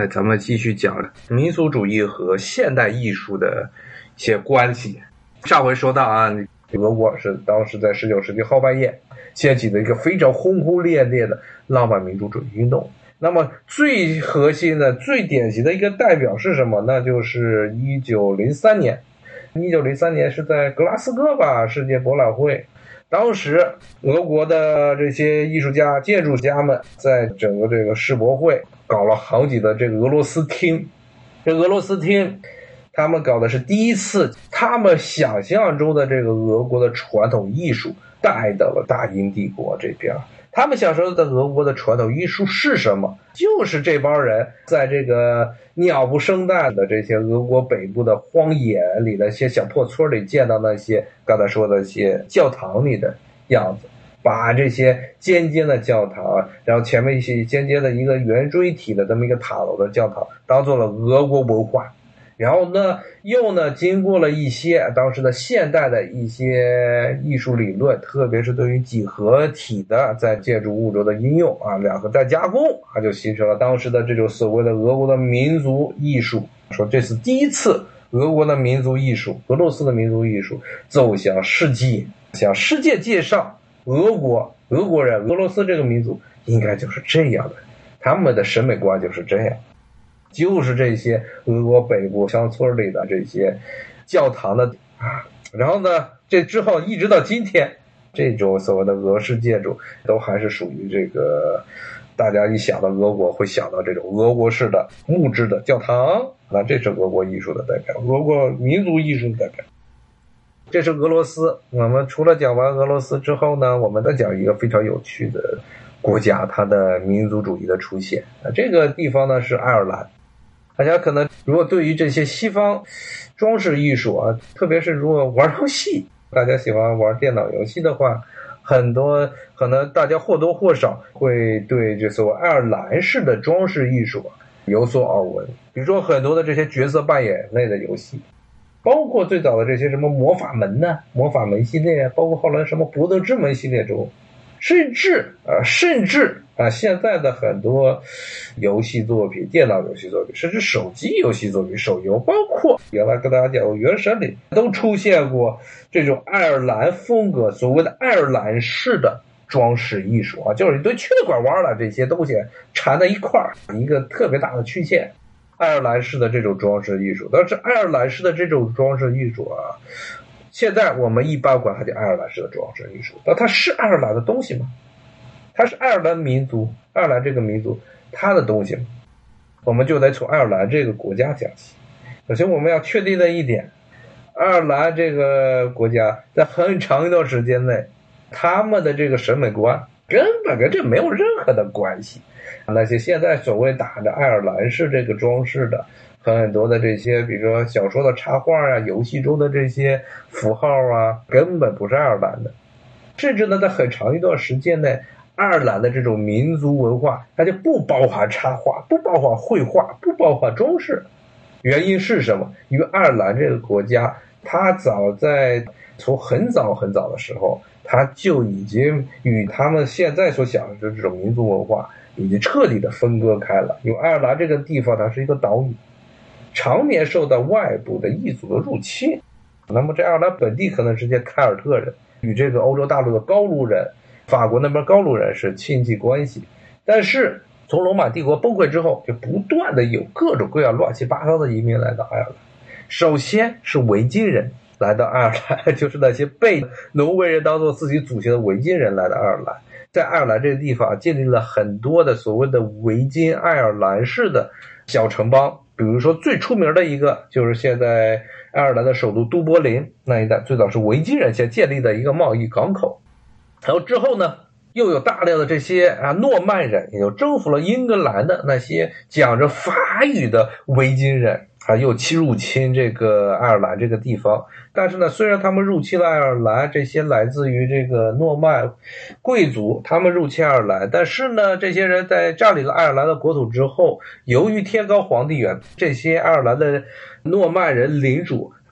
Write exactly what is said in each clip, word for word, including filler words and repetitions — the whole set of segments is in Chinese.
哎，咱们继续讲民族主义和现代艺术的一些关系。上回说到啊，俄国是当时在十九世纪后半叶掀起的一个非常轰轰烈烈的浪漫民族主义运动。那么最核心的、最典型的一个代表是什么？那就是一九零三年。一九零三年是在格拉斯哥吧世界博览会。当时俄国的这些艺术家、建筑家们在整个这个世博会搞了好几的这个俄罗斯厅。这俄罗斯厅他们搞的是第一次他们想象中的这个俄国的传统艺术带到了大英帝国这边。他们想说的俄国的传统艺术是什么？就是这帮人在这个鸟不生蛋的这些俄国北部的荒野里的一些小破村里见到那些刚才说的一些教堂里的样子，把这些尖尖的教堂，然后前面一些尖尖的一个圆锥体的这么一个塔楼的教堂当做了俄国文化。然后呢，又呢经过了一些当时的现代的一些艺术理论，特别是对于几何体的在建筑物中的应用啊，两个再加工，它就形成了当时的这种所谓的俄国的民族艺术。说这是第一次俄国的民族艺术，俄罗斯的民族艺术走向世界，向世界介绍俄国、俄国人、俄罗斯这个民族应该就是这样的，他们的审美观就是这样。就是这些俄国北部乡村里的这些教堂的啊，然后呢，这之后一直到今天，这种所谓的俄式建筑都还是属于这个大家一想到俄国会想到这种俄国式的木质的教堂，那这是俄国艺术的代表，俄国民族艺术的代表。这是俄罗斯。我们除了讲完俄罗斯之后呢，我们再讲一个非常有趣的国家，它的民族主义的出现。这个地方呢是爱尔兰。大家可能如果对于这些西方装饰艺术啊，特别是如果玩游戏，大家喜欢玩电脑游戏的话，很多可能大家或多或少会对这所谓爱尔兰式的装饰艺术有所耳闻。比如说很多的这些角色扮演类的游戏，包括最早的这些什么魔法门呢、魔法门系列，包括后来什么博德之门系列中，甚至啊，甚至啊，现在的很多游戏作品、电脑游戏作品，甚至手机游戏作品、手游，包括原来跟大家讲过《原神》里都出现过这种爱尔兰风格，所谓的爱尔兰式的装饰艺术啊，就是一堆缺拐弯的这些东西缠在一块儿，一个特别大的曲线。爱尔兰式的这种装饰艺术，但是爱尔兰式的这种装饰艺术啊，现在我们一般管它叫爱尔兰式的装饰艺术，但它是爱尔兰的东西吗？它是爱尔兰民族，爱尔兰这个民族它的东西吗？我们就得从爱尔兰这个国家讲起。首先我们要确定的一点，爱尔兰这个国家在很长一段时间内，他们的这个审美观根本跟这没有任何的关系。那些现在所谓打着爱尔兰式这个装饰的很多的这些，比如说小说的插画啊，游戏中的这些符号啊，根本不是爱尔兰的。甚至呢，在很长一段时间内，爱尔兰的这种民族文化它就不包含插画，不包含绘画，不包含装饰。原因是什么？因为爱尔兰这个国家它早在从很早很早的时候，它就已经与他们现在所想的这种民族文化已经彻底的分割开了。因为爱尔兰这个地方它是一个岛屿，常年受到外部的异族的入侵。那么这爱尔兰本地可能是些凯尔特人，与这个欧洲大陆的高卢人、法国那边高卢人是亲戚关系。但是从罗马帝国崩溃之后，就不断的有各种各样乱七八糟的移民来到爱尔兰。首先是维京人来到爱尔兰，就是那些被挪威人当做自己祖先的维京人来到爱尔兰，在爱尔兰这个地方建立了很多的所谓的维京爱尔兰式的小城邦。比如说最出名的一个就是现在爱尔兰的首都都柏林那一带，最早是维京人先建立的一个贸易港口。然后之后呢，又有大量的这些啊诺曼人，也就征服了英格兰的那些讲着法语的维京人啊，又侵入侵这个爱尔兰这个地方。但是呢，虽然他们入侵了爱尔兰，这些来自于这个诺曼贵族，他们入侵爱尔兰，但是呢，这些人在占领了爱尔兰的国土之后，由于天高皇帝远，这些爱尔兰的诺曼人领主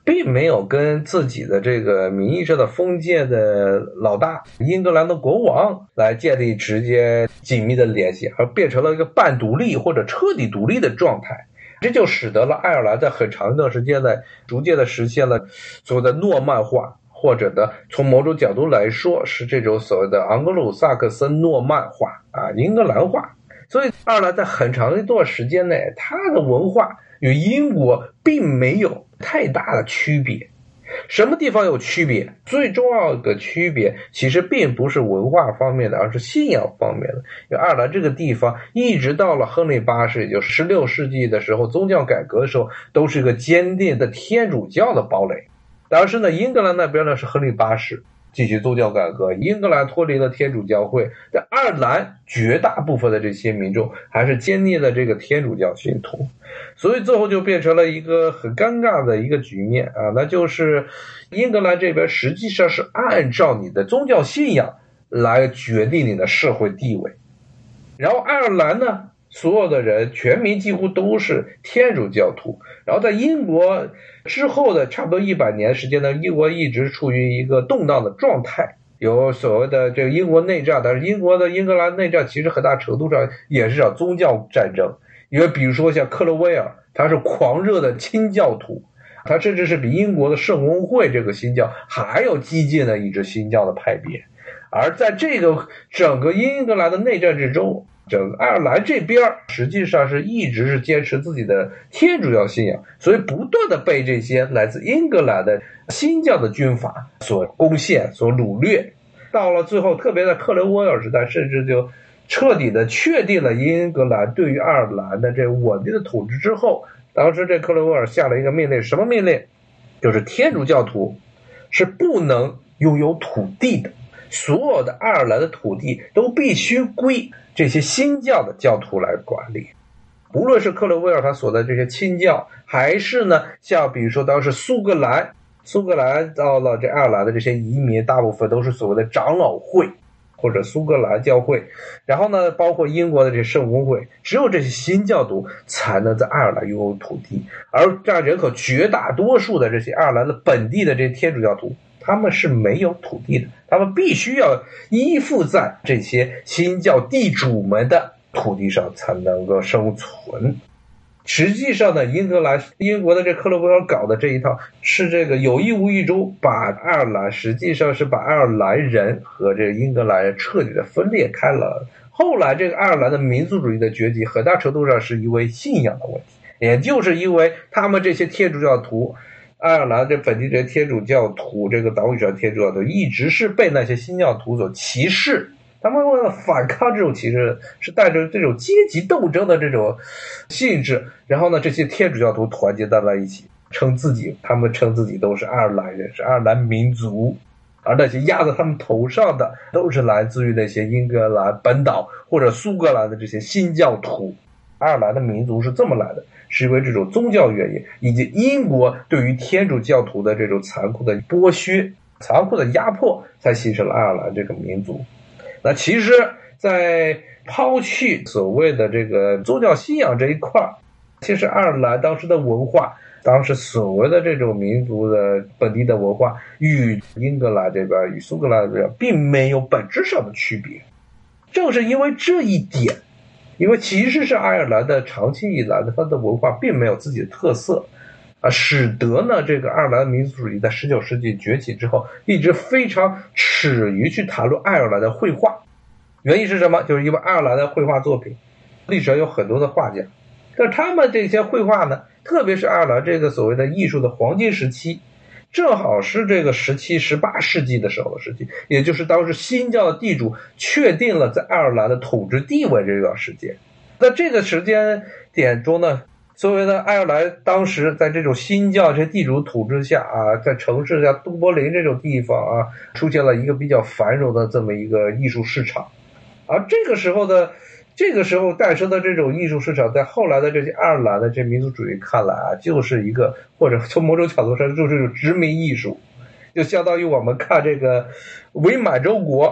并没有跟自己的这个名义上的封建的老大英格兰的国王来建立直接紧密的联系，而变成了一个半独立或者彻底独立的状态。这就使得了爱尔兰在很长一段时间内逐渐的实现了所谓的诺曼化，或者呢从某种角度来说是这种所谓的盎格鲁撒克森诺曼化啊，英格兰化。所以爱尔兰在很长一段时间内，它的文化与英国并没有太大的区别。什么地方有区别？最重要的区别其实并不是文化方面的，而是信仰方面的。因为爱尔兰这个地方一直到了亨利八世，也就是十六世纪的时候，宗教改革的时候，都是一个坚定的天主教的堡垒。当时呢，英格兰那边呢是亨利八世继续宗教改革，英格兰脱离了天主教会，在爱尔兰绝大部分的这些民众还是坚定的这个天主教信徒，所以最后就变成了一个很尴尬的一个局面啊，那就是英格兰这边实际上是按照你的宗教信仰来决定你的社会地位，然后爱尔兰呢，所有的人全民几乎都是天主教徒。然后在英国之后的差不多一百年时间呢，英国一直处于一个动荡的状态，有所谓的这个英国内战，但是英国的英格兰内战其实很大程度上也是场宗教战争。因为比如说像克洛威尔，他是狂热的清教徒，他甚至是比英国的圣公会这个新教还有激进的一支新教的派别。而在这个整个英格兰的内战之中，整个爱尔兰这边实际上是一直是坚持自己的天主教信仰，所以不断的被这些来自英格兰的新教的军阀所攻陷、所掳掠。到了最后，特别在克伦威尔时代，甚至就彻底的确定了英格兰对于爱尔兰的这稳定的统治之后，当时这克伦威尔下了一个命令，什么命令？就是天主教徒是不能拥有土地的，所有的爱尔兰的土地都必须归这些新教的教徒来管理。无论是克伦威尔他所在这些清教，还是呢像比如说当时苏格兰苏格兰到了这爱尔兰的这些移民，大部分都是所谓的长老会或者苏格兰教会，然后呢包括英国的这圣公会，只有这些新教徒才能在爱尔兰拥有土地。而占人口绝大多数的这些爱尔兰的本地的这些天主教徒，他们是没有土地的，他们必须要依附在这些新教地主们的土地上才能够生存。实际上呢，英格兰英国的这克伦威尔搞的这一套是这个有意无意中把爱尔兰实际上是把爱尔兰人和这个英格兰人彻底的分裂开了。后来这个爱尔兰的民族主义的崛起很大程度上是因为信仰的问题，也就是因为他们这些天主教徒，爱尔兰这本地这天主教徒，这个岛屿上天主教徒一直是被那些新教徒所歧视，他们为了反抗这种歧视，是带着这种阶级斗争的这种性质，然后呢这些天主教徒团结在了一起，称自己他们称自己都是爱尔兰人，是爱尔兰民族。而那些压在他们头上的都是来自于那些英格兰本岛或者苏格兰的这些新教徒。爱尔兰的民族是这么来的，是因为这种宗教原因以及英国对于天主教徒的这种残酷的剥削、残酷的压迫，才形成了爱尔兰这个民族。那其实在抛去所谓的这个宗教信仰这一块，其实爱尔兰当时的文化，当时所谓的这种民族的本地的文化与英格兰这边与苏格兰这边并没有本质上的区别。正是因为这一点，因为其实是爱尔兰的长期以来的它的文化并没有自己的特色啊，使得呢这个爱尔兰民族主义在十九世纪崛起之后，一直非常耻于去谈论爱尔兰的绘画。原因是什么？就是因为爱尔兰的绘画作品历史上有很多的画家，但是他们这些绘画呢，特别是爱尔兰这个所谓的艺术的黄金时期，正好是这个十七、十八世纪的时候的时期，也就是当时新教的地主确定了在爱尔兰的统治地位这段时间。在这个时间点中呢，所谓的爱尔兰当时在这种新教这些地主统治下啊，在城市像都柏林这种地方啊，出现了一个比较繁荣的这么一个艺术市场。而这个时候的这个时候诞生的这种艺术市场，在后来的这些爱尔兰的这民族主义看来啊，就是一个或者从某种角度上就是这种殖民艺术，就相当于我们看这个伪满洲国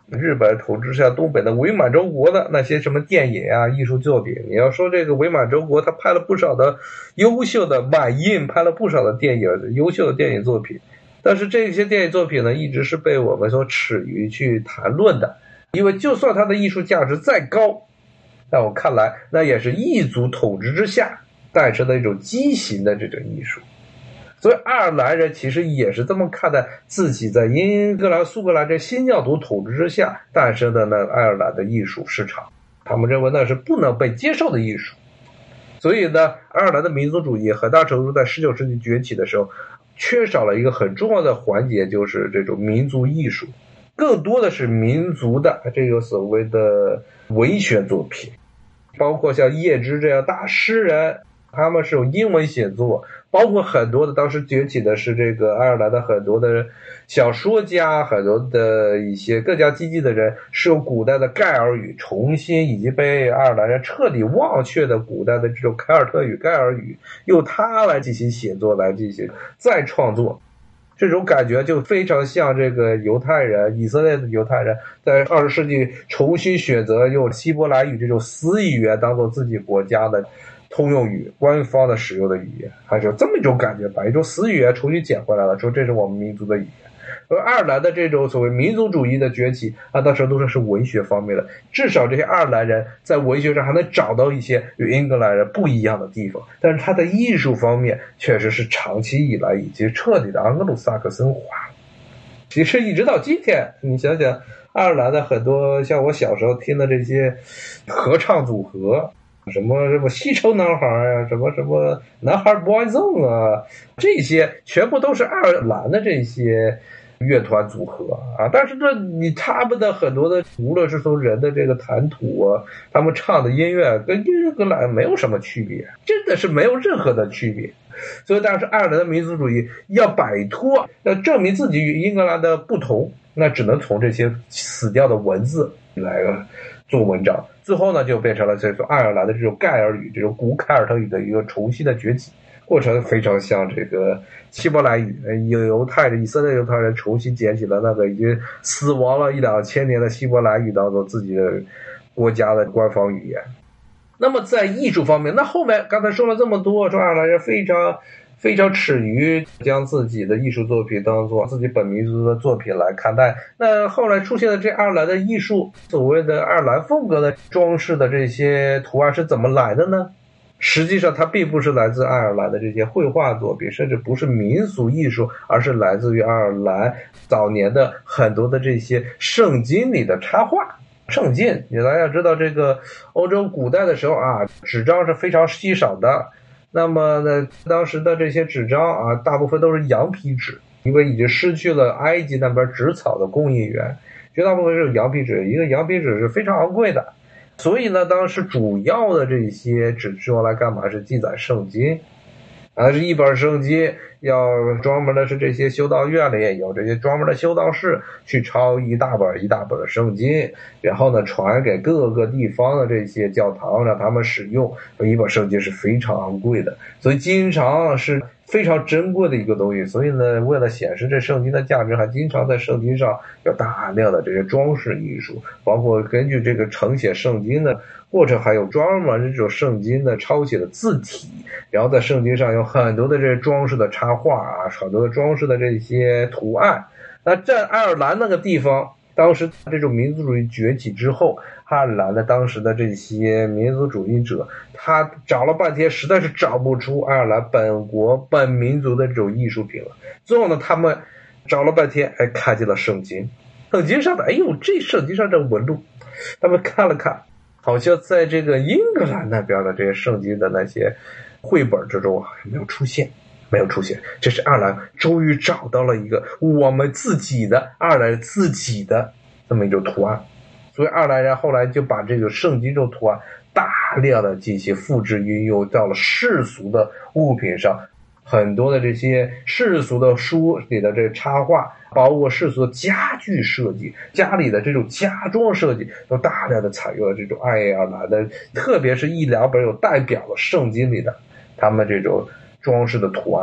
日本统治下东北的伪满洲国的那些什么电影啊、艺术作品。你要说这个伪满洲国，他拍了不少的优秀的满印，拍了不少的电影，优秀的电影作品。但是这些电影作品呢，一直是被我们所耻于去谈论的，因为就算它的艺术价值再高，在我看来，那也是异族统治之下诞生的一种畸形的这种艺术。所以爱尔兰人其实也是这么看待自己在英格兰、苏格兰这新教徒统治之下诞生的那爱尔兰的艺术市场，他们认为那是不能被接受的艺术。所以呢，爱尔兰的民族主义很大程度在十九世纪崛起的时候，缺少了一个很重要的环节，就是这种民族艺术，更多的是民族的这个所谓的文学作品，包括像叶芝这样大诗人，他们是用英文写作，包括很多的当时崛起的是这个爱尔兰的很多的小说家，很多的一些更加积极的人是用古代的盖尔语重新以及被爱尔兰人彻底忘却的古代的这种凯尔特语、盖尔语，用它来进行写作，来进行再创作。这种感觉就非常像这个犹太人，以色列的犹太人在二十世纪重新选择用希伯来语这种死语言当做自己国家的通用语，官方的使用的语言，还是有这么一种感觉，把一种死语言重新捡回来了，说这是我们民族的语言。而爱尔兰的这种所谓民族主义的崛起，很大程度上是文学方面的，至少这些爱尔兰人在文学上还能找到一些与英格兰人不一样的地方，但是他的艺术方面确实是长期以来已经彻底的盎格鲁撒克森化。其实一直到今天，你想想爱尔兰的很多像我小时候听的这些合唱组合，什么什么西城男孩啊，什么什么男孩 Boyzone 啊，这些全部都是爱尔兰的这些乐团组合啊。但是这你他们的很多的，无论是从人的这个谈吐啊，他们唱的音乐跟英格兰没有什么区别，真的是没有任何的区别。所以当时爱尔兰的民族主义要摆脱，要证明自己与英格兰的不同，那只能从这些死掉的文字来做文章。最后呢，就变成了这种爱尔兰的这种盖尔语、这种古凯尔特语的一个重新的崛起过程，非常像这个希伯来语，犹太人、以色列犹太人重新捡起了那个已经死亡了一两千年的希伯来语当做自己的国家的官方语言。那么在艺术方面，那后面刚才说了这么多，说爱尔兰人非常非常耻于将自己的艺术作品当做自己本民族的作品来看待。那后来出现的这爱尔兰的艺术，所谓的爱尔兰风格的装饰的这些图案是怎么来的呢？实际上它并不是来自爱尔兰的这些绘画作品，甚至不是民俗艺术，而是来自于爱尔兰早年的很多的这些圣经里的插画。圣经，大家知道这个欧洲古代的时候啊，纸张是非常稀少的。那么呢，当时的这些纸张啊，大部分都是羊皮纸，因为已经失去了埃及那边纸草的供应源，绝大部分是羊皮纸，一个羊皮纸是非常昂贵的。所以呢，当时主要的这些纸是用来干嘛？是记载圣经。啊，是一本圣经，要专门的是这些修道院里有这些专门的修道士去抄一大本一大本的圣经，然后呢传给各个地方的这些教堂让他们使用。一本圣经是非常昂贵的，所以经常是非常珍贵的一个东西。所以呢，为了显示这圣经的价值，还经常在圣经上有大量的这些装饰艺术，包括根据这个誊写圣经的过程，还有专门这种圣经的抄写的字体，然后在圣经上有很多的这装饰的插画啊，很多的装饰的这些图案。那在爱尔兰那个地方，当时这种民族主义崛起之后，爱尔兰的当时的这些民族主义者，他找了半天实在是找不出爱尔兰本国本民族的这种艺术品了。最后呢，他们找了半天，哎，看见了圣经。圣经上的，哎呦，这圣经上这纹路，他们看了看，好像在这个英格兰那边的这些圣经的那些绘本之中没有出现，没有出现。这是爱尔兰终于找到了一个我们自己的爱尔兰自己的这么一种图案，所以爱尔兰人后来就把这个圣经这种图案大量的进行复制运用到了世俗的物品上。很多的这些世俗的书里的这个插画，包括世俗的家具设计，家里的这种家装设计，都大量的采用了这种爱尔兰的，特别是一两本有代表的圣经里的他们这种装饰的图案。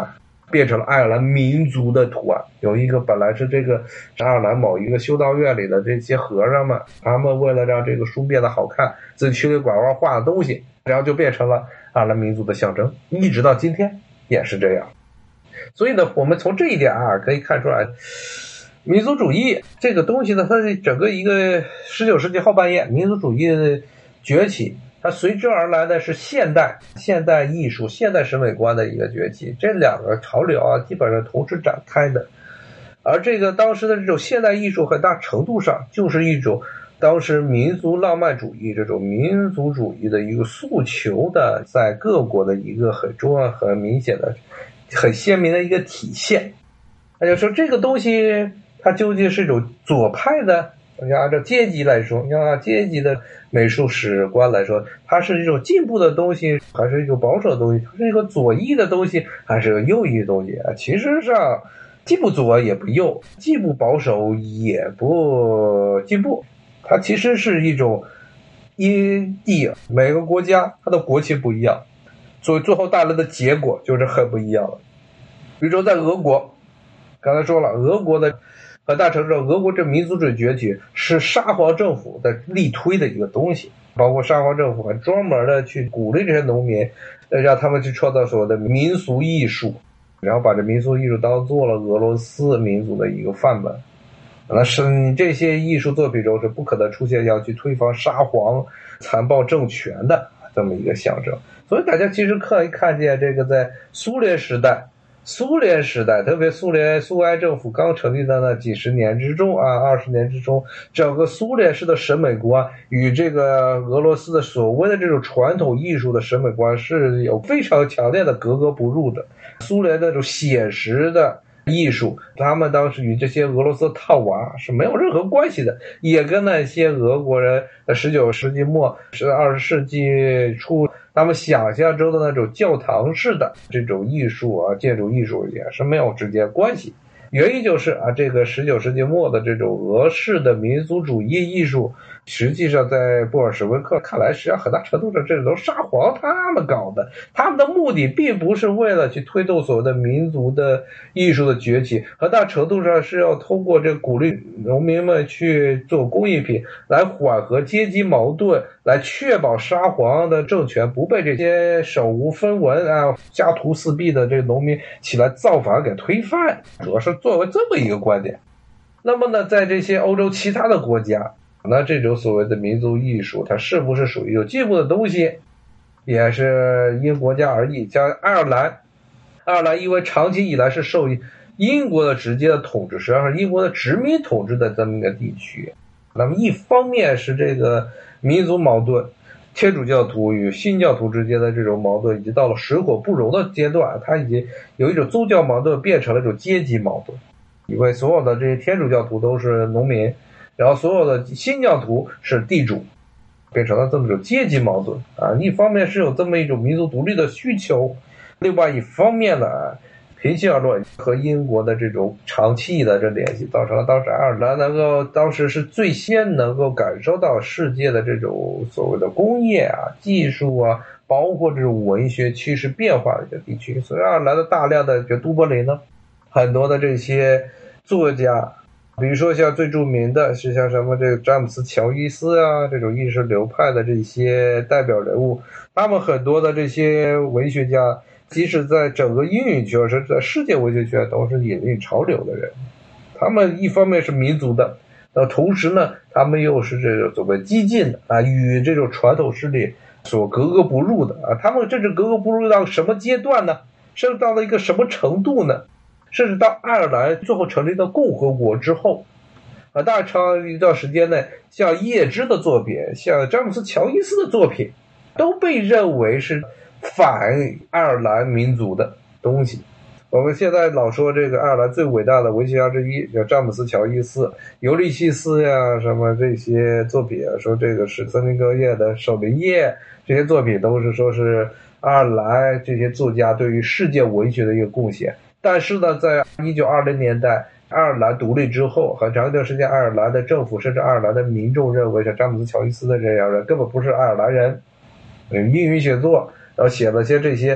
变成了爱尔兰民族的图案。有一个本来是这个爱尔兰某一个修道院里的这些和尚们，他们为了让这个书变得好看，自己曲里拐弯画的东西，然后就变成了爱尔兰民族的象征，一直到今天也是这样。所以呢，我们从这一点啊可以看出来，民族主义这个东西呢，它是整个一个十九世纪后半叶民族主义的崛起，它随之而来的是现代现代艺术现代审美观的一个崛起，这两个潮流啊基本上同时展开的。而这个当时的这种现代艺术很大程度上就是一种当时民族浪漫主义这种民族主义的一个诉求的在各国的一个很重要很明显的很鲜明的一个体现。那就说这个东西它究竟是一种左派的，按照阶级来说，按照阶级的美术史观来说，它是一种进步的东西还是一种保守的东西，它是一个左翼的东西还是个右翼的东西啊？其实上既不左也不右，既不保守也不进步，它其实是一种因地每个国家它的国情不一样，所以最后带来的结果就是很不一样了。比如说在俄国，刚才说了，俄国的很大程度上，俄国这民族主义崛起是沙皇政府的力推的一个东西，包括沙皇政府还专门的去鼓励这些农民，让他们去创造所谓的民俗艺术，然后把这民俗艺术当做了俄罗斯民族的一个范本。那是这些艺术作品中是不可能出现要去推翻沙皇残暴政权的这么一个象征。所以大家其实可以看见，这个在苏联时代苏联时代，特别苏联苏维埃政府刚成立的那几十年之中啊，二十年之中，整个苏联式的审美观与这个俄罗斯的所谓的这种传统艺术的审美观是有非常强烈的格格不入的。苏联那种写实的艺术，他们当时与这些俄罗斯套娃是没有任何关系的，也跟那些俄国人在十九世纪末是二十世纪初他们想象中的那种教堂式的这种艺术啊，建筑艺术也是没有直接关系。原因就是啊，这个十九世纪末的这种俄式的民族主义艺术，实际上在布尔什维克看来，实际上很大程度上这都是沙皇他们搞的，他们的目的并不是为了去推动所谓的民族的艺术的崛起，很大程度上是要通过这鼓励农民们去做工艺品，来缓和阶级矛盾，来确保沙皇的政权不被这些手无分文啊、家徒四壁的这个农民起来造反给推翻，主要是作为这么一个观点。那么呢，在这些欧洲其他的国家，那这种所谓的民族艺术它是不是属于有进步的东西，也是因国家而异。像爱尔兰爱尔兰因为长期以来是受英国的直接的统治，实际上是英国的殖民统治的这么一个地区。那么一方面是这个民族矛盾，天主教徒与新教徒之间的这种矛盾已经到了水火不容的阶段，它已经有一种宗教矛盾变成了一种阶级矛盾，因为所有的这些天主教徒都是农民，然后所有的新教徒是地主，变成了这么一种阶级矛盾啊。一方面是有这么一种民族独立的需求，另外一方面呢，平心而论，和英国的这种长期的这联系，造成了当时爱尔兰能够当时是最先能够感受到世界的这种所谓的工业啊、技术啊，包括这种文学趋势变化的一个地区。所以爱尔兰的大量的这都柏林呢，很多的这些作家，比如说像最著名的是像什么这个詹姆斯乔伊斯啊，这种意识流派的这些代表人物，他们很多的这些文学家，即使在整个英语圈，甚至在世界文学圈都是引领潮流的人。他们一方面是民族的，那同时呢，他们又是这种所谓激进的啊，与这种传统势力所格格不入的啊。他们这是格格不入到什么阶段呢？甚至到了一个什么程度呢？甚至到爱尔兰最后成立的共和国之后，啊，大长一段时间内，像叶芝的作品，像詹姆斯乔伊斯的作品，都被认为是反爱尔兰民族的东西。我们现在老说这个爱尔兰最伟大的文学家之一叫詹姆斯乔伊斯、尤利西斯呀，什么这些作品啊，说这个是森林隔夜的守灵夜，这些作品都是说是爱尔兰这些作家对于世界文学的一个贡献。但是呢，在一九二零年代爱尔兰独立之后，很长一段时间爱尔兰的政府甚至爱尔兰的民众认为像詹姆斯乔伊斯的这样人根本不是爱尔兰人，英语写作然后写了些这些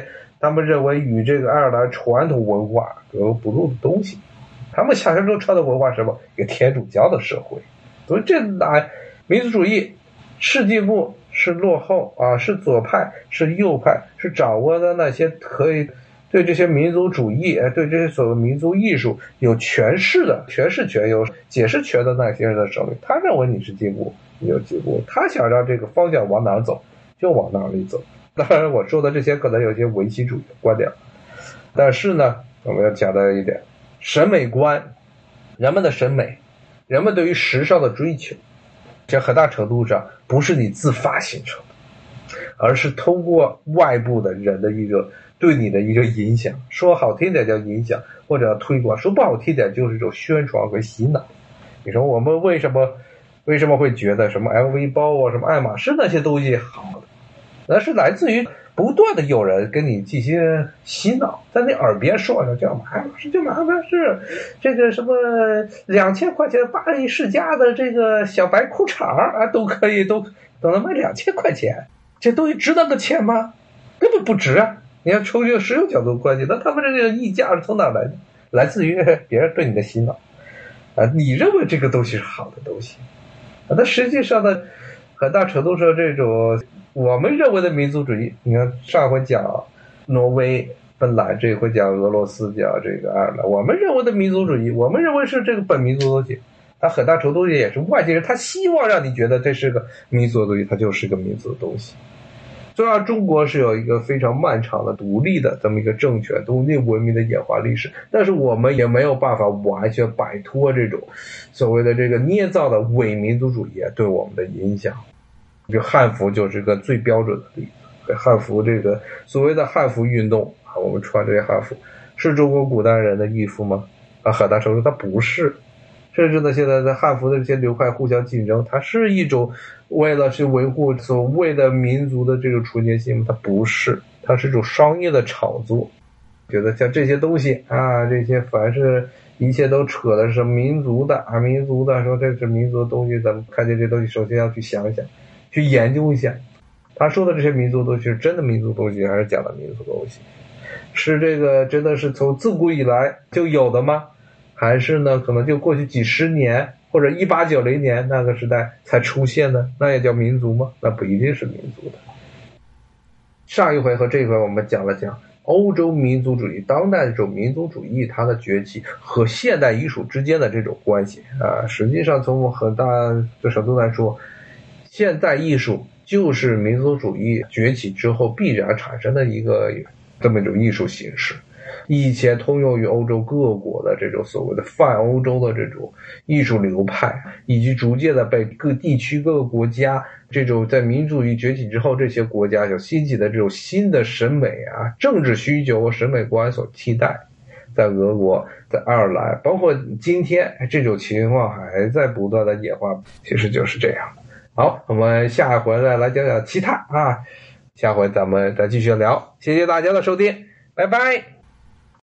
他们认为与这个爱尔兰传统文化格格不入的东西。他们想象中传统文化是什么？一个天主教的社会。所以这哪民族主义是进步是落后啊？是左派是右派，是掌握的那些可以对这些民族主义，对这些所谓民族艺术有诠释的诠释权、有解释权的那些人的手里。他认为你是进步，你有进步，他想让这个方向往哪走就往哪里走。当然我说的这些可能有些唯心主义的观点，但是呢我们要讲到一点，审美观，人们的审美，人们对于时尚的追求，这很大程度上不是你自发形成的，而是通过外部的人的一个对你的一个影响，说好听点叫影响或者推广，说不好听点就是一种宣传和洗脑。你说我们为什么为什么会觉得什么 L V 包啊，什么爱马仕那些东西好的，那是来自于不断的有人跟你进行洗脑，在你耳边说着叫买爱马仕就买爱马仕，这个什么两千块钱巴黎世家的这个小白裤衩啊，都可以都都能卖两千块钱，这东西值那个钱吗？根本不值啊！你要从这个实用角度关系，那他们这个溢价是从哪来的？来自于别人对你的洗脑啊，你认为这个东西是好的东西啊，但实际上呢，很大程度上这种我们认为的民族主义，你看上回讲挪威、芬兰，这回讲俄罗斯，讲这个爱尔兰，我们认为的民族主义，我们认为是这个本民族东西，它很大程度也是外界人，他希望让你觉得这是个民族的东西，它就是个民族的东西。虽然中国是有一个非常漫长的独立的这么一个政权、独立文明的演化历史，但是我们也没有办法完全摆脱这种所谓的这个捏造的伪民族主义对我们的影响。这汉服就是个最标准的例子。汉服这个所谓的汉服运动啊，我们穿这些汉服是中国古代人的衣服吗？啊，很大程度它不是。甚至呢，现在的汉服的这些流派互相竞争，它是一种为了去维护所谓的民族的这种纯洁性吗？它不是，它是一种商业的炒作。觉得像这些东西啊，这些凡是一切都扯的是民族的啊，民族的，说这是民族的东西，咱们看见这东西，首先要去想一想，去研究一下，他说的这些民族东西是真的民族东西，还是假的民族东西？是这个真的是从自古以来就有的吗？还是呢，可能就过去几十年或者一八九零年那个时代才出现的，那也叫民族吗？那不一定是民族的。上一回和这一回我们讲了讲欧洲民族主义，当代这种民族主义它的崛起和现代艺术之间的这种关系啊，实际上从很大的程度来说，现代艺术就是民族主义崛起之后必然产生的一个这么一种艺术形式。以前通用于欧洲各国的这种所谓的泛欧洲的这种艺术流派，以及逐渐的被各地区各个国家这种在民族主义崛起之后，这些国家有兴起的这种新的审美啊、政治需求和审美观所替代。在俄国、在爱尔兰，包括今天这种情况还在不断的演化，其实就是这样。好，我们下回再来讲讲其他啊，下回咱们再继续聊。谢谢大家的收听，拜拜。